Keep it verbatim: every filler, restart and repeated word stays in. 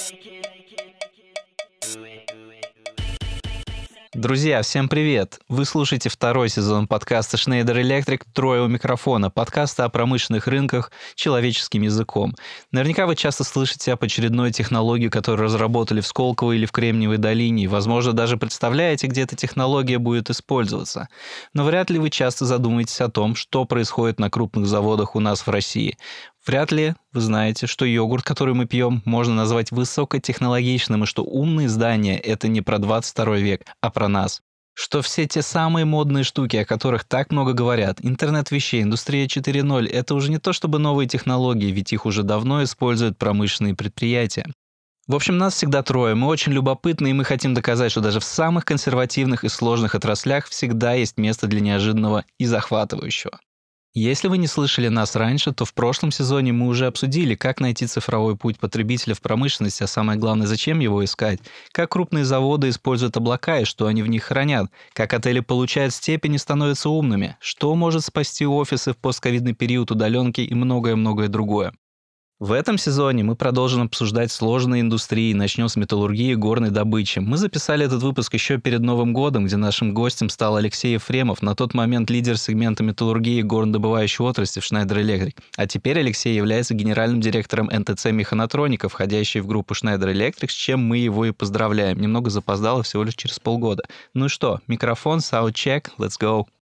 Друзья, всем привет! Вы слушаете второй сезон подкаста Schneider Electric «Трое у микрофона», подкаста о промышленных рынках человеческим языком. Наверняка вы часто слышите об очередной технологии, которую разработали в Сколково или в Кремниевой долине, и, возможно, даже представляете, где эта технология будет использоваться. Но вряд ли вы часто задумаетесь о том, что происходит на крупных заводах у нас в России. Вряд ли вы знаете, что йогурт, который мы пьем, можно назвать высокотехнологичным, и что умные здания – это не про двадцать второй век, а про нас. Что все те самые модные штуки, о которых так много говорят, интернет вещей, индустрия четыре ноль – это уже не то чтобы новые технологии, ведь их уже давно используют промышленные предприятия. В общем, нас всегда трое, мы очень любопытны, и мы хотим доказать, что даже в самых консервативных и сложных отраслях всегда есть место для неожиданного и захватывающего. Если вы не слышали нас раньше, то в прошлом сезоне мы уже обсудили, как найти цифровой путь потребителя в промышленности, а самое главное, зачем его искать, как крупные заводы используют облака и что они в них хранят, как отели получают степень и становятся умными, что может спасти офисы в постковидный период удаленки и многое-многое другое. В этом сезоне мы продолжим обсуждать сложные индустрии, начнем с металлургии и горной добычи. Мы записали этот выпуск еще перед Новым годом, где нашим гостем стал Алексей Ефремов, на тот момент лидер сегмента металлургии и горнодобывающей отрасли в Schneider Electric. А теперь Алексей является генеральным директором эн тэ цэ «Механотроника», входящей в группу Schneider Electric, с чем мы его и поздравляем. Немного запоздало, всего лишь через полгода. Ну что, микрофон, soundcheck, let's go!